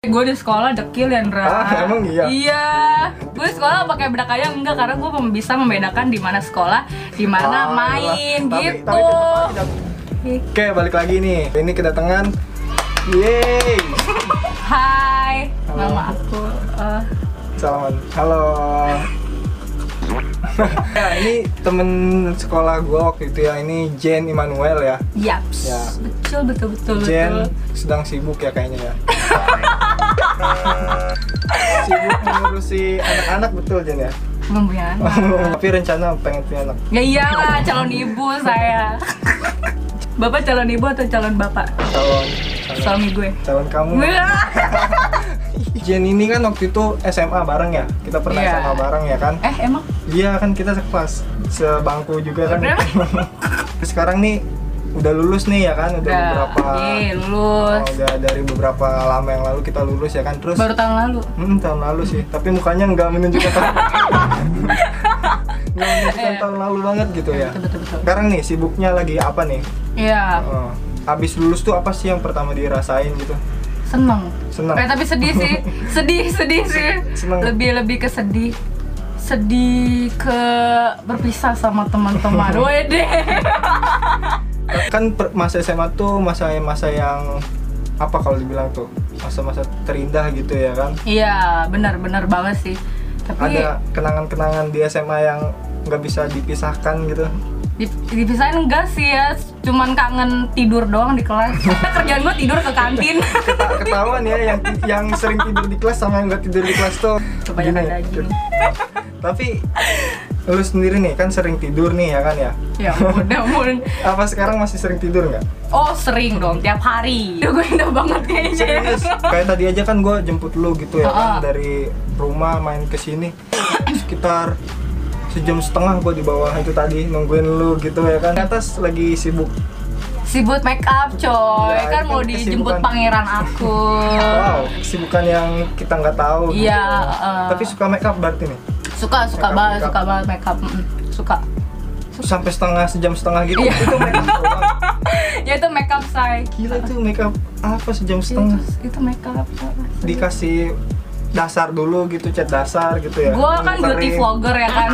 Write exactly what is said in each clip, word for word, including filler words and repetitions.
Gue di sekolah dekil ya, Ndra. Ah, emang iya? Iya. Gue di sekolah pakai bedak ayam enggak, karena gue bisa membedakan di mana sekolah, di mana Ah, main tapi, gitu. tapi tetap aja. Oke, balik lagi nih. Ini kedatangan. Yeay. Hai, Halo. nama aku. Uh, Salaman. Halo. Ya, ini temen sekolah gue waktu itu ya. Ini Jen Immanuel ya. yaps. Ya. Betul, betul, betul, Jen betul. sedang sibuk ya kayaknya ya. Sibuk mengurusi anak-anak, betul Jen ya? Belum punya anak. Tapi rencana pengen punya anak. Ya iyalah, calon ibu saya. Bapak calon ibu atau calon bapak? Calon, calon Suami gue. calon kamu. Jen ini kan waktu itu S M A bareng ya? Kita pernah Iya. S M A bareng ya kan? Eh, emang? Iya kan, kita sekelas, sebangku juga kan. Bener? Sekarang nih udah lulus nih ya kan? Udah Udah, beberapa yeay, lulus. oh, udah dari beberapa lama yang lalu kita lulus ya kan. Terus Baru tahun lalu. hmm, tahun lalu sih, tapi mukanya nggak menunjukkan tahun nggak menunjukkan Iya. tahun lalu banget gitu ya. Betul, betul, betul. Sekarang nih sibuknya lagi apa nih? Iya, Oh, abis lulus tuh apa sih yang pertama dirasain gitu? seneng. Seneng. Eh, tapi sedih sih. Sedih, sedih sih. Seneng. Lebih-lebih ke sedih. Sedih ke berpisah sama teman-teman. Wede. Kan per- masa S M A tuh masa-masa yang apa kalau dibilang tuh masa-masa terindah gitu ya kan? Iya, benar-benar banget sih. Tapi Ada kenangan-kenangan di S M A yang nggak bisa dipisahkan gitu. di- dipisahin enggak sih ya, cuman kangen tidur doang di kelas. Kerjaan gue tidur ke kantin. Keta- ketahuan ya yang yang sering tidur di kelas sama yang nggak tidur di kelas tuh Kebanyakan gini. daging. Tapi lu sendiri nih kan sering tidur nih ya kan ya? Ya ampun, ya ampun. Apa sekarang masih sering tidur nggak? Oh, sering dong, tiap hari. Duh, gue indah banget kayaknya. Serius? Kayak tadi aja kan gue jemput lu gitu ya Ah. kan, dari rumah main ke sini sekitar sejam setengah gue di bawah itu tadi nungguin lu gitu ya kan. Di atas lagi sibuk. Sibuk make up, coy. Ya, Kan itu mau kan dijemput kesibukan. pangeran aku. Wow, kesibukan yang kita nggak tahu. Iya, gitu. uh, Tapi suka make up berarti nih. suka suka Make up, banget, make up. suka banget make up. Mm-mm, suka. Sampai setengah sejam setengah gitu. Iya. Itu make up doang. Ya itu make up, say. Gila tuh make up apa sejam Itu, setengah? itu make up. Dikasih dasar dulu gitu, cat dasar gitu ya. Gue kan beauty Kering. vlogger ya kan.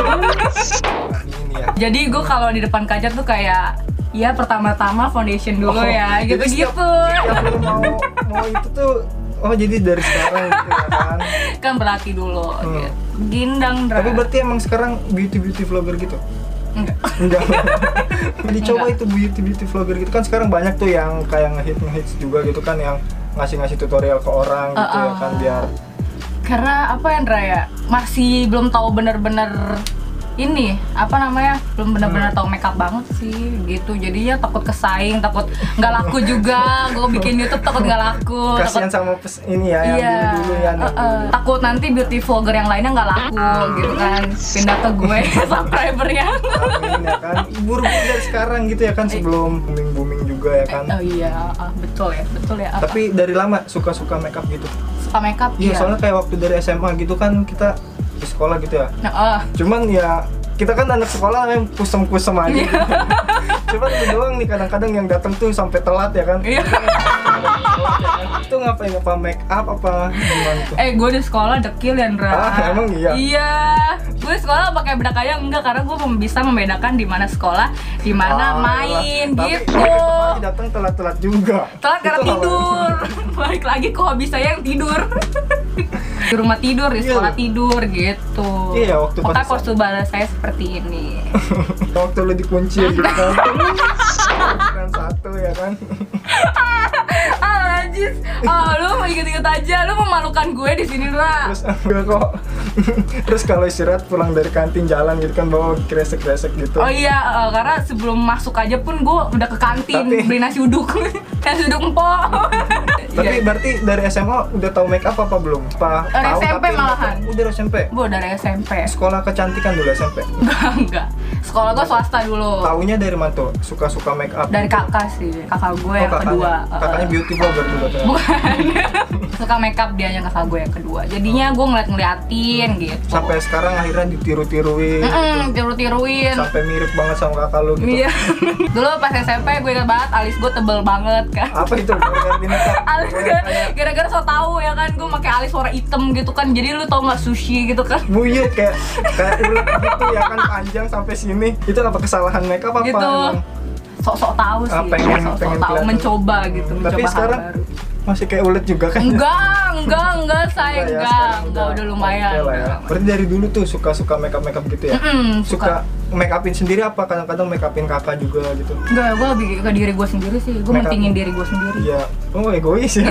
Ini ya. Jadi gue kalau di depan kaca tuh kayak, ya pertama-tama foundation dulu Oh, ya, jadi gitu-gitu. setiap- setiap lu mau mau itu tuh, oh jadi dari sekarang gitu ya kan. Kan berlatih dulu. Hmm. Gitu. Gindang, Dra. Tapi berarti emang sekarang beauty beauty vlogger gitu? Enggak. Enggak. Dicoba Enggak. itu beauty beauty vlogger gitu kan, sekarang banyak tuh yang kayak ngehit ngehits juga gitu kan, yang ngasih-ngasih tutorial ke orang gitu ya Uh-uh. kan, biar Karena apa ya, Ndra ya? Masih belum tahu bener-bener ini apa namanya, belum benar-benar Hmm. tahu makeup banget sih gitu. Jadinya takut kesaing, takut nggak laku juga. Gue bikin YouTube takut nggak laku. kasihan takut, sama pes ini ya yang iya, dulu-dulu ya. yang uh-uh. dulu. takut nanti beauty vlogger yang lainnya nggak laku gitu kan. Pindah ke gue subscribernya. Amin ya kan, buru-buru dari sekarang gitu ya kan, sebelum booming-booming juga ya kan. Oh iya, ah, betul ya, betul ya. Apa? Tapi dari lama suka-suka makeup gitu. Suka makeup? Iya, soalnya kayak waktu dari S M A gitu kan kita di sekolah gitu ya. Nah, ah. Cuman ya kita kan anak sekolah yang kusem-kusem aja. Iya. Gitu. Cuman itu doang nih kadang-kadang yang datang tuh sampai telat ya kan. Iya. Itu ngapain, apa make up apa gimana tuh? Eh, gue di sekolah dekil ya, Ndra. Ah, emang iya? Iya. Gue di sekolah pakai bedak ayam enggak, karena gue bisa membedakan di mana sekolah, di mana Ah, main tapi- gitu. Tapi tetap aja datang telat-telat juga. Telat karena Itu tidur. Balik lagi kok hobi saya yang tidur. Di rumah tidur, di Iya. sekolah tidur gitu. Iya, waktu pas- Makanya kostum balas saya seperti ini. waktu lu dikunci gitu kan. Bukan satu ya kan. Ah, anjis. Ah, lu mau inget-inget aja, lu memalukan gue di sini, Ndra. Terus enggak kok. Terus kalau istirahat pulang dari kantin jalan gitu kan, bawa kresek-kresek gitu. Oh iya, eh, karena sebelum masuk aja pun gue udah ke kantin Tapi- beli nasi uduk, nasi uduk empok. Tapi Iya. berarti dari S M A udah tahu make up apa belum? Apa Dari tahu S M P tapi malahan. udah dari S M P. Gue dari S M P. Sekolah kecantikan dulu S M P. Enggak, enggak. Sekolah gue swasta dulu. Taunya dari mana tuh? Suka-suka make up? Dari kakak sih, kakak gue Oh, yang kakaknya. kedua. Kakaknya Uh, beauty blogger juga tuh. Bukan. Suka make up dia yang kakak gue yang kedua. Jadinya gue ngeliat-ngeliatin gitu. Sampai sekarang akhirnya ditiru-tiruin. Mm-mm, tiru-tiruin. Sampai mirip banget sama kakak lu gitu. Iya. Dulu pas S M P gue ingat banget alis gue tebel banget kan. Apa itu? Gara-gara di make up? Alis Gue gue kayak gara-gara so tau ya kan gue pakai alis warna hitam gitu kan. Jadi lu tau nggak sushi gitu kan. buyut kayak kayak ulet gitu ya kan, panjang sampai sini. Itu apa kesalahan make up apa Gitu. emang? Sok-sok tahu sih. Ah, pengen- sok-sok pengen tahu kelihatan. mencoba gitu, Hmm, mencoba tapi hal sekarang baru. masih kayak ulet juga kan? Enggak, enggak, enggak saya Enggak ya, enggak, sekarang enggak udah lumayan. Oke lah ya. Berarti dari dulu tuh suka-suka make up make up gitu ya? Mm-mm, Suka make upin sendiri apa kadang-kadang make upin kakak juga gitu? Enggak, gue lebih ke diri gue sendiri sih. Gue Make up. mentingin diri gue sendiri. Iya. Oh egois ya.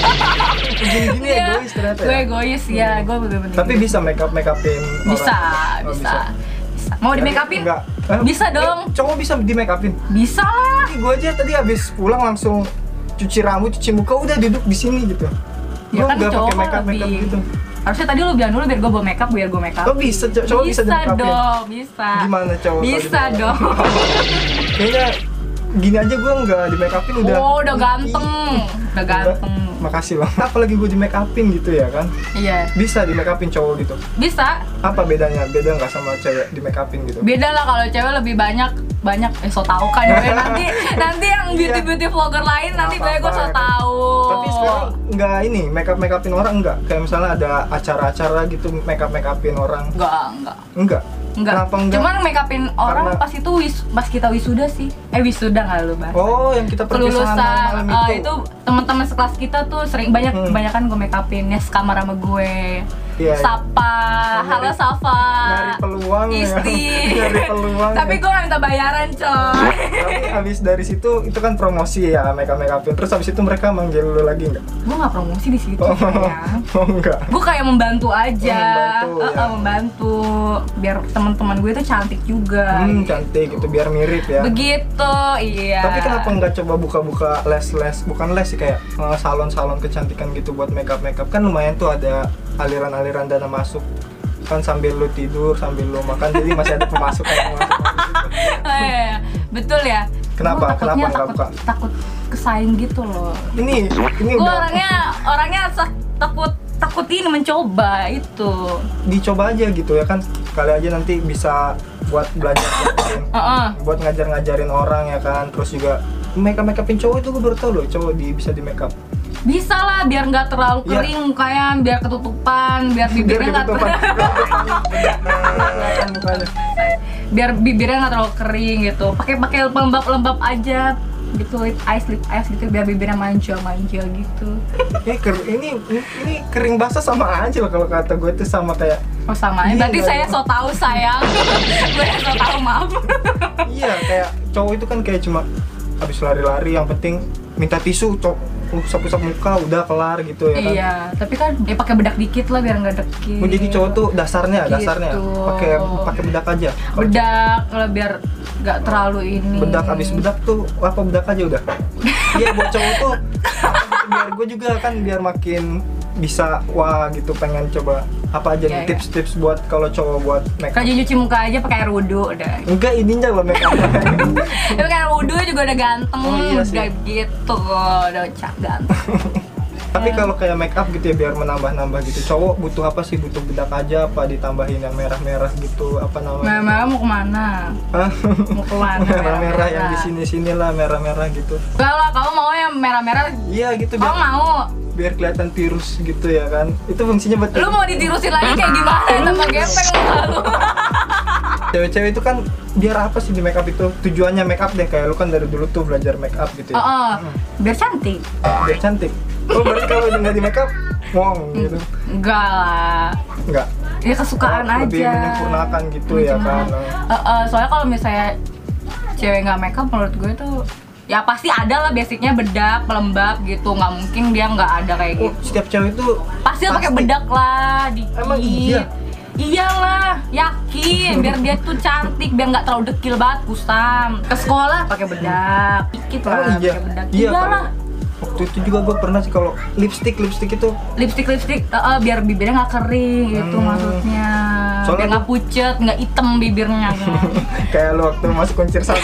Gini-gini Iya, egois ternyata gue ya. egois ya, gue lebih penting. Tapi bisa make up make upin orang? bisa, Oh, bisa, bisa. Mau di Jadi make upin? enggak. Eh, Bisa eh, dong. Cowok bisa di make upin? Bisa lah. Gue aja tadi habis pulang langsung cuci rambut, cuci muka, udah duduk di sini gitu. Ya Gue kan nggak cowok pakai make up make up lebih- gitu. Harusnya tadi lu bilang dulu biar gue bawa make up, biar gue make up. Oh bisa, cow- cowok bisa, di make upin? dong, bisa. Gimana cowok? Bisa kalau di- dong. Kayaknya gini aja gue nggak di make upin udah. Oh, udah ganteng, udah ganteng. Makasih bang. Apalagi gue di make upin gitu ya kan? Iya, Bisa di make upin cowok gitu. bisa. Apa bedanya? Beda nggak sama cewek di make upin gitu? Beda lah kalau cewek lebih banyak banyak eh so tau kan gue nanti nanti yang beauty beauty vlogger lain nanti gue gue so apa-apa, tau. Tapi sekarang nggak ini make up make upin orang nggak? Kayak misalnya ada acara-acara gitu make up make upin orang? Enggak, enggak. Enggak. Enggak. Kenapa enggak? Cuman make upin orang Karena- pas itu wis, pas kita wisuda sih. Eh wisuda nggak lu bahas? Oh, yang kita perpisahan Kelulusan malam eh, itu. itu teman-teman sekelas kita tuh sering banyak Hmm. kebanyakan gue make upin ya sekamar sama gue. Iya, iya. Sapa, Nyari- halo Safa. nyari peluang ya. Isti. Nyari peluang Tapi ya. gue gak minta bayaran coy. Tapi habis dari situ itu kan promosi ya make up make upin. Terus habis itu mereka manggil lu lagi nggak? Gue gak promosi di situ Oh, sayang. oh enggak. Gue kayak membantu aja, Oh, membantu, Eh, ya. eh, membantu biar teman-teman gue tuh cantik juga. Hmm, gitu. cantik gitu biar mirip ya. Begitu, iya. Tapi kenapa nggak coba buka-buka les-les, bukan les sih kayak eh, salon-salon kecantikan gitu buat make up make up kan lumayan tuh ada aliran-aliran dana masuk kan sambil lu tidur sambil lu makan jadi masih ada pemasukan pemasukan gitu. Oh, iya. Betul ya. Kenapa? Gua takutnya Kenapa nggak takut, buka? takut kesaing gitu loh. Ini ini Gue udah orangnya orangnya sak- takut takut ini mencoba itu. dicoba aja gitu ya kan kali aja nanti bisa buat belajar Heeh. buat ngajar-ngajarin orang ya kan terus juga make up make upin cowok itu gue baru tau loh cowok di bisa di make up Bisa lah biar nggak terlalu Iya. kering mukanya, biar ketutupan, biar bibirnya nggak ketutupan. terlalu Kelihatan mukanya. biar bibirnya nggak terlalu kering gitu. Pakai pakai pelembab-pelembab aja gitu, lip eyes lip eyes gitu biar bibirnya manja-manja gitu. Ini, ker- ini ini kering basah sama aja loh kalau kata gue tuh sama kayak Oh sama, Iya, berarti nggak saya ada. so tahu sayang. Gue so tahu maaf. iya kayak cowok itu kan kayak cuma habis lari-lari yang penting minta tisu cowok usap-usap muka udah kelar gitu ya kan. Iya, tapi kan ya pakai bedak dikit lah biar nggak dekil. Oh, jadi cowok tuh dasarnya dasarnya Gitu. pakai pakai bedak aja. Kalau bedak kalau biar nggak terlalu ini. bedak habis bedak tuh apa bedak aja udah. Iya buat cowok tuh biar gue juga kan biar makin bisa wah gitu pengen coba apa aja Iya, nih iya. tips-tips buat kalau cowok buat make up. Rajin cuci muka aja pakai air wudhu udah. Enggak ininya loh make up. Tapi kan air wudhu juga udah ganteng, Oh, iya sih. udah gitu kok, udah cak ganteng. Tapi kalau kayak make up gitu ya biar menambah-nambah gitu. Cowok butuh apa sih? Butuh bedak aja apa ditambahin yang merah-merah gitu apa namanya? Memang mau kemana? Hah? Mau kemana? merah-merah yang di sini-sini lah merah-merah gitu. Enggak lah, kamu mau yang merah-merah? Iya gitu Kamu biar mau? biar kelihatan tirus gitu ya kan. Itu fungsinya buat Lu mau ditirusin lagi kayak gimana? Tambah gepeng muka lu. cewek-cewek itu kan biar apa sih di make up itu? Tujuannya make up deh kayak lu kan dari dulu tuh belajar make up gitu ya. Oh, oh. Biar cantik. Biar cantik. Oh berarti kalau udah nggak di make up, wong gitu. Enggak lah. Enggak. Ya kesukaan Oh, aja. lebih menyempurnakan gitu ya kan. Eh, eh, soalnya kalau misalnya cewek nggak makeup menurut gue tuh ya pasti ada lah basicnya bedak, pelembab gitu. Nggak mungkin dia nggak ada kayak Oh, gitu. setiap cewek itu Pasti pakai bedak lah dikit. Emang iya? Iyalah, yakin biar dia tuh cantik, biar nggak terlalu dekil banget kusam. Ke sekolah pakai bedak, dikit Oh, lah iya. pakai bedak. Iya, Iyalah. waktu itu juga gue pernah sih kalau lipstick lipstick itu Lipstick lipstick, eh, eh, biar bibirnya nggak kering gitu Hmm. maksudnya. Soalnya biar nggak pucet, nggak hitam bibirnya. kayak lu waktu masuk konser satu.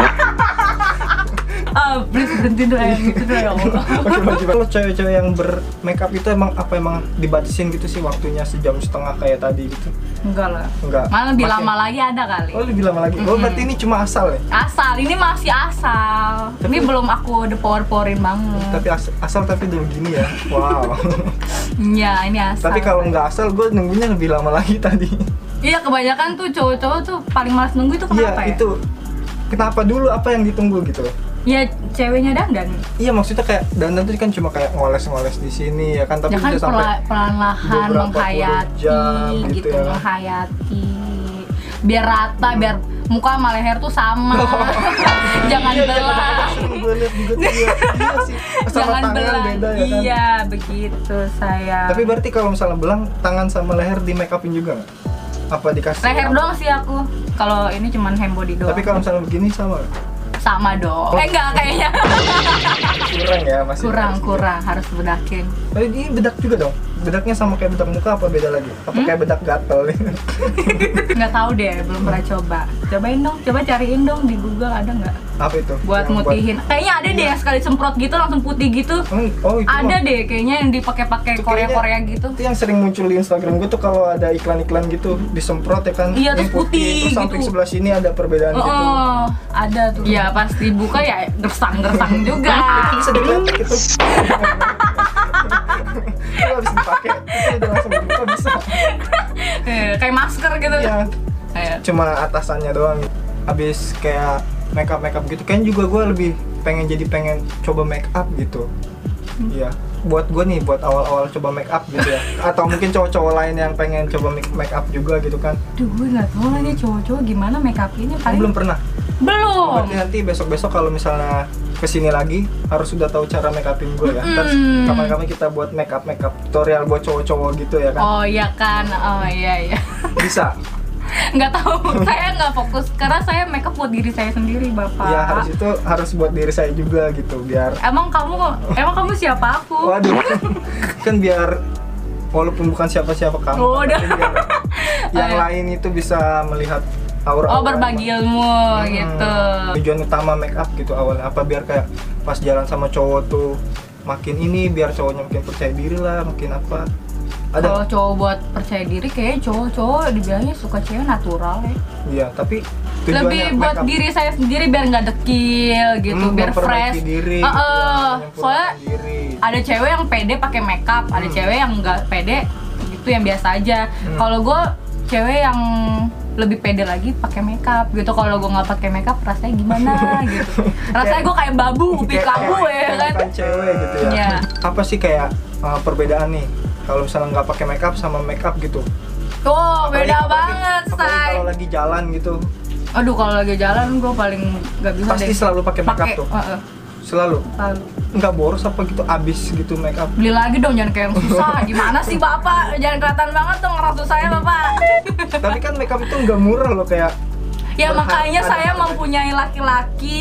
Ah, please berhenti dulu ya gitu dulu ya Allah. Pakai baju. Kalau cewek-cewek yang ber make up itu emang apa emang dibatasin gitu sih waktunya sejam setengah kayak tadi gitu? Enggak lah. Enggak. Malah lebih Masih- lama lagi ada kali. Oh lebih lama lagi. Oh berarti ini cuma asal ya? Asal, ini masih asal. Tapi- Ini belum aku the power-powerin banget. Tapi as- asal tapi dulu gini ya. Wow. Iya, ini asal. Tapi kalau nggak asal gue nunggunya lebih lama lagi tadi. Iya, kebanyakan tuh cowok-cowok tuh paling malas nunggu itu Iya kenapa ya? itu. Kenapa dulu apa yang ditunggu gitu? Ya ceweknya dandan. Iya maksudnya kayak dandan tuh kan cuma kayak ngoles-ngoles di sini ya kan, tapi Ya kan bisa sampai perla- perlahan beberapa menghayati puluh jam gitu, gitu ya kan. menghayati. Biar rata, biar muka sama leher tuh sama. Jangan Iya, belah. gue lihat juga tuh iya, iya sih. Sama Jangan tangan belah. beda ya kan. Iya, begitu saya. Tapi berarti kalau misalnya belang tangan sama leher di make upin juga nggak? Apa dikasih? leher doang sih aku. Kalau ini cuman hand body doang. Tapi kalau misalnya begini sama nggak? sama dong. Eh enggak kayaknya. Kurang ya masih. kurang, harus- kurang harus bedakin. Tapi ini bedak juga dong. Bedaknya sama kayak bedak muka apa beda lagi? Apa Hmm? kayak bedak gatel nih? Nggak tahu deh, belum pernah coba. Cobain dong, coba cariin dong di Google ada nggak? Apa itu? Buat Yang mutihin. Kayaknya ada deh yang sekali semprot gitu langsung putih gitu. Hmm, oh itu Ada mah. deh kayaknya yang dipakai-pakai Itu Korea-Korea kayaknya- gitu. Itu yang sering muncul di Instagram gue tuh kalau ada iklan-iklan gitu disemprot ya kan. Iya, yang terus putih terus samping gitu. sebelah sini ada perbedaan Oh, gitu. oh, ada tuh. Iya, pas dibuka ya gersang-gersang juga. Itu bisa dilihat gitu. Itu habis dipakai, itu udah langsung dibuka bisa. Eh, kayak masker gitu. Iya, Kayak cuma atasannya doang. Habis kayak make up make up gitu, kayaknya juga gue lebih pengen jadi pengen coba make up gitu. Iya, buat gue nih, buat awal-awal coba make up gitu ya. Atau mungkin cowok-cowok lain yang pengen coba make make up juga gitu kan. Duh, gue nggak tahu lagi cowok-cowok gimana make up ini Kamu paling belum pernah? belum. Berarti nanti besok-besok kalau misalnya kesini lagi harus sudah tahu cara make upin gue ya. Ntar Mm. kapan-kapan kita buat make up make up tutorial buat cowok-cowok gitu ya kan. Oh iya kan, oh iya iya. Bisa. Nggak tahu, saya nggak fokus karena saya make up buat diri saya sendiri, bapak. Ya harus itu harus buat diri saya juga gitu biar. Emang kamu, emang kamu siapa aku? Waduh. Kan biar walaupun bukan siapa-siapa kamu. Oh, udah. tapi biar yang Oh, iya. lain itu bisa melihat aura. Oh, berbagi ilmu gitu. Tujuan utama make up gitu awalnya apa biar kayak pas jalan sama cowok tuh makin ini biar cowoknya makin percaya diri lah, makin apa. Kalau Ada. cowok buat percaya diri, kayaknya cowok-cowok dibilangnya suka cewek natural ya. Iya, tapi tujuannya Lebih buat make up. diri saya sendiri biar nggak dekil gitu, Hmm, biar memperbaiki fresh. diri, Heeh, gitu ya, menyempurnakan soalnya diri. ada cewek yang pede pakai makeup, ada Hmm. cewek yang nggak pede gitu yang biasa aja. Hmm. Kalau gue cewek yang lebih pede lagi pakai makeup gitu. Kalau gue nggak pakai makeup rasanya gimana gitu. Rasanya gue kayak babu, upi Kayak- kabu kayak- ya kan. kayak cewek gitu ya. Iya. Apa sih kayak uh, perbedaan nih kalau misalnya nggak pakai makeup sama makeup gitu? Oh, Apalagi- beda apalagi- banget, apalagi say. kalau lagi jalan gitu, Aduh, kalau lagi jalan gue paling nggak bisa pasti deh. selalu pakai makeup Pakai, tuh. heeh, Selalu. selalu. Nggak boros apa gitu abis gitu makeup? Beli lagi dong, jangan kayak yang susah. Gimana sih bapak? Jangan kelihatan banget dong ngerasa saya bapak. Tapi kan makeup itu nggak murah loh kayak. Ya Berharga- makanya ada saya harga. mempunyai laki-laki.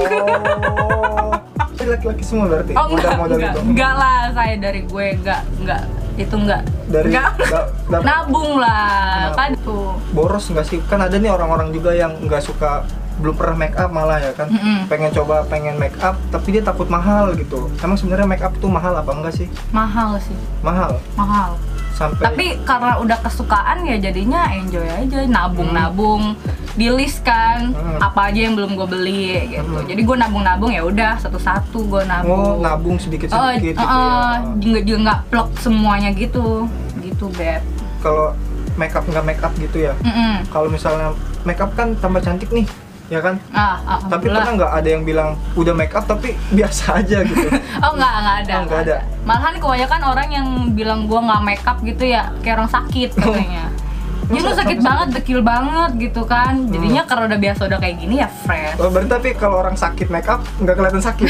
Oh. Ini laki-laki semua berarti. Oh enggak, Modal-modal enggak, itu. enggak lah, saya dari gue enggak, enggak, itu enggak, Dari enggak, da- da- nabung lah, Nabung. kan tuh. boros nggak sih? Kan ada nih orang-orang juga yang nggak suka, belum pernah make up malah ya kan. Mm-mm. Pengen coba pengen make up tapi dia takut mahal gitu. Emang sebenarnya make up tuh mahal apa enggak sih? Mahal sih, Mahal. mahal. Sampai Tapi karena udah kesukaan ya jadinya enjoy aja, nabung-nabung, di list kan, Hmm. apa aja yang belum gue beli gitu. Hmm. Jadi gue nabung-nabung ya udah satu-satu gue nabung. oh nabung Oh, sedikit-sedikit gitu eh, ya. juga juga nggak plok semuanya gitu, gitu beb. Kalau make up nggak make up gitu ya. Mm-mm. Kalau misalnya make up kan tambah cantik nih, ya kan? Ah, Tapi alhamdulillah. pernah nggak ada yang bilang udah make up tapi biasa aja gitu? Oh enggak, enggak ada. Oh, nggak ada. Malahan kebanyakan orang yang bilang gua nggak make up gitu ya, kayak orang sakit katanya. Ya lu Masa- sakit masa- banget, dekil banget gitu kan. Jadinya karena udah biasa udah kayak gini ya fresh. Oh, berarti tapi kalau orang sakit make up nggak kelihatan sakit.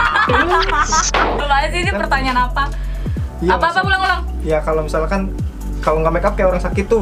Gimana sih ini pertanyaan apa? Iya, Apa-apa maksud- ulang-ulang? Ya kalau misalkan kalau nggak make up kayak orang sakit tuh.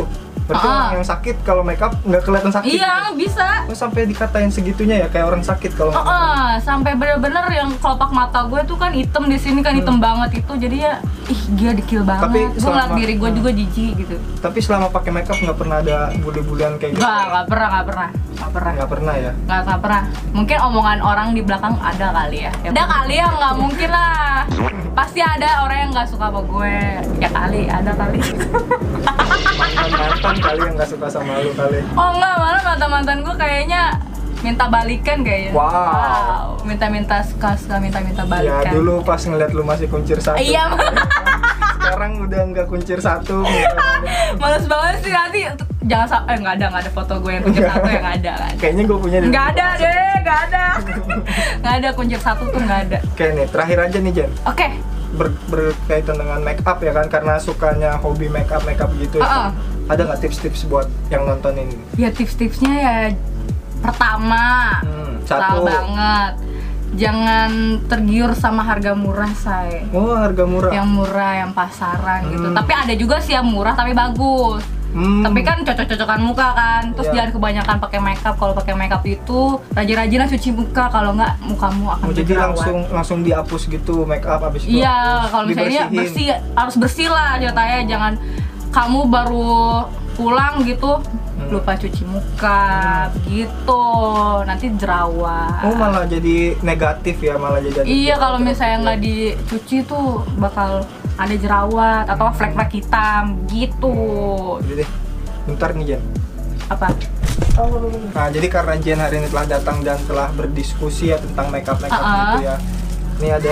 Berarti Ah. orang yang sakit kalau make up nggak kelihatan sakit. Iya, gitu. bisa. Oh, sampai dikatain segitunya ya kayak orang sakit kalau Oh, nggak make up. oh, sampai bener-bener yang kelopak mata gue tuh kan hitam di sini kan hitam banget itu, jadi ya ih dia dekil banget. Tapi Gue ngeliat selama- diri gue juga jijik gitu. Tapi selama pakai make up nggak pernah ada bully-bulian kayak gitu. Gak, gak pernah, gak pernah, gak pernah. Nggak pernah ya. Nggak, nggak pernah. Mungkin omongan orang di belakang ada kali ya. Ada kali ya, nggak mungkin lah. Pasti ada orang yang nggak suka sama gue. Ya kali, ada kali. Mantan-mantan kali yang nggak suka sama lu kali. Oh enggak, malah mantan-mantan gue kayaknya minta balikan kayaknya. Wow. Minta-minta suka-suka, minta-minta Ya balikan. dulu pas ngeliat lu masih kuncir satu. Iya, Sekarang udah nggak kuncir satu. males banget sih nanti. Jangan sa- eh nggak ada, nggak ada foto gue yang kuncir satu yang ada kan. Kayaknya gue punya di- Nggak ada deh, nggak ada. Nggak ada kuncir satu tuh nggak ada. Oke nih, terakhir aja nih Jen. Oke. Ber- berkaitan dengan make up ya kan, karena sukanya hobi make up make up gitu ya. Uh-uh. Ada nggak tips-tips buat yang nonton ini? Ya tips-tipsnya ya pertama, Hmm, salah satu. banget. Jangan tergiur sama harga murah, say. Oh, harga murah. Yang murah, yang pasaran gitu. Hmm. Tapi ada juga sih yang murah tapi bagus. Hmm. Tapi kan cocok-cocokan muka kan. Terus Iya. jangan kebanyakan pakai makeup. Kalau pakai makeup itu rajin-rajin lah cuci muka, kalau nggak mukamu akan Oh, jadi berjerawat. langsung langsung dihapus gitu make up habis itu. Iya, terus kalau misalnya dibersihin. bersih harus bersih lah ceritanya. Jangan kamu baru pulang gitu Hmm. lupa cuci muka gitu. Nanti jerawat. Oh, malah jadi negatif ya, malah jadi. Iya, kalau misalnya nggak dicuci tuh bakal ada jerawat atau flek-flek hitam gitu. Jadi deh, bentar nih Jen. Apa? Nah, jadi karena Jen hari ini telah datang dan telah berdiskusi ya tentang make up make up Uh-uh. gitu ya. Ini ada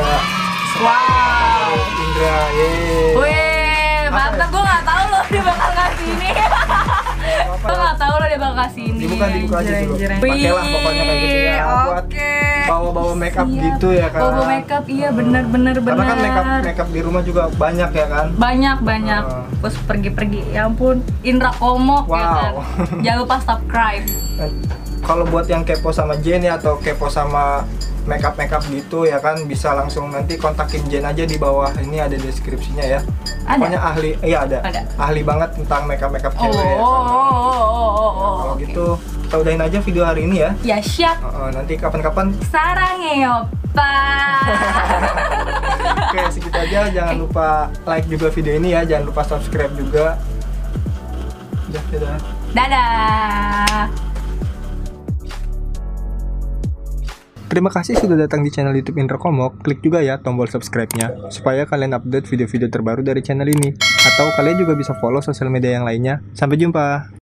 Wow. Indra, yeay. Wih, mantap. Gue nggak tahu loh dia bakal kasih ini. Apa-apa. Gue nggak tahu loh dia bakal kasih ini. Dibuka, dibuka aja dulu. Anjir, anjir. Pakailah pokoknya kayak gitu ya, buat Oke. bawa-bawa make up Siap. gitu ya kan. Bawa makeup, iya bener-bener bener. Karena kan make up make up di rumah juga banyak ya kan. Banyak banyak. Uh. Terus pergi-pergi. Ya ampun, Indra Komok ya kan. Wow. Jangan lupa subscribe. Dan kalau buat yang kepo sama Jen ya atau kepo sama makeup makeup gitu ya kan, bisa langsung nanti kontakin Jen aja di bawah ini, ada deskripsinya ya. Ada? Pokoknya ahli, iya ada. Ada. Ahli banget tentang makeup makeup Oh, cewek ya oh, kan. oh, oh, oh, oh, Kalau oke. gitu kita udahin aja video hari ini ya. Ya siap. Uh, uh, nanti kapan-kapan. Sarangnya opa. Oke, segitu aja. Jangan lupa like juga video ini ya. Jangan lupa subscribe juga. Udah, dadah. Dadah. Terima kasih sudah datang di channel YouTube Indra Komok. Klik juga ya tombol subscribe-nya supaya kalian update video-video terbaru dari channel ini. Atau kalian juga bisa follow sosial media yang lainnya. Sampai jumpa.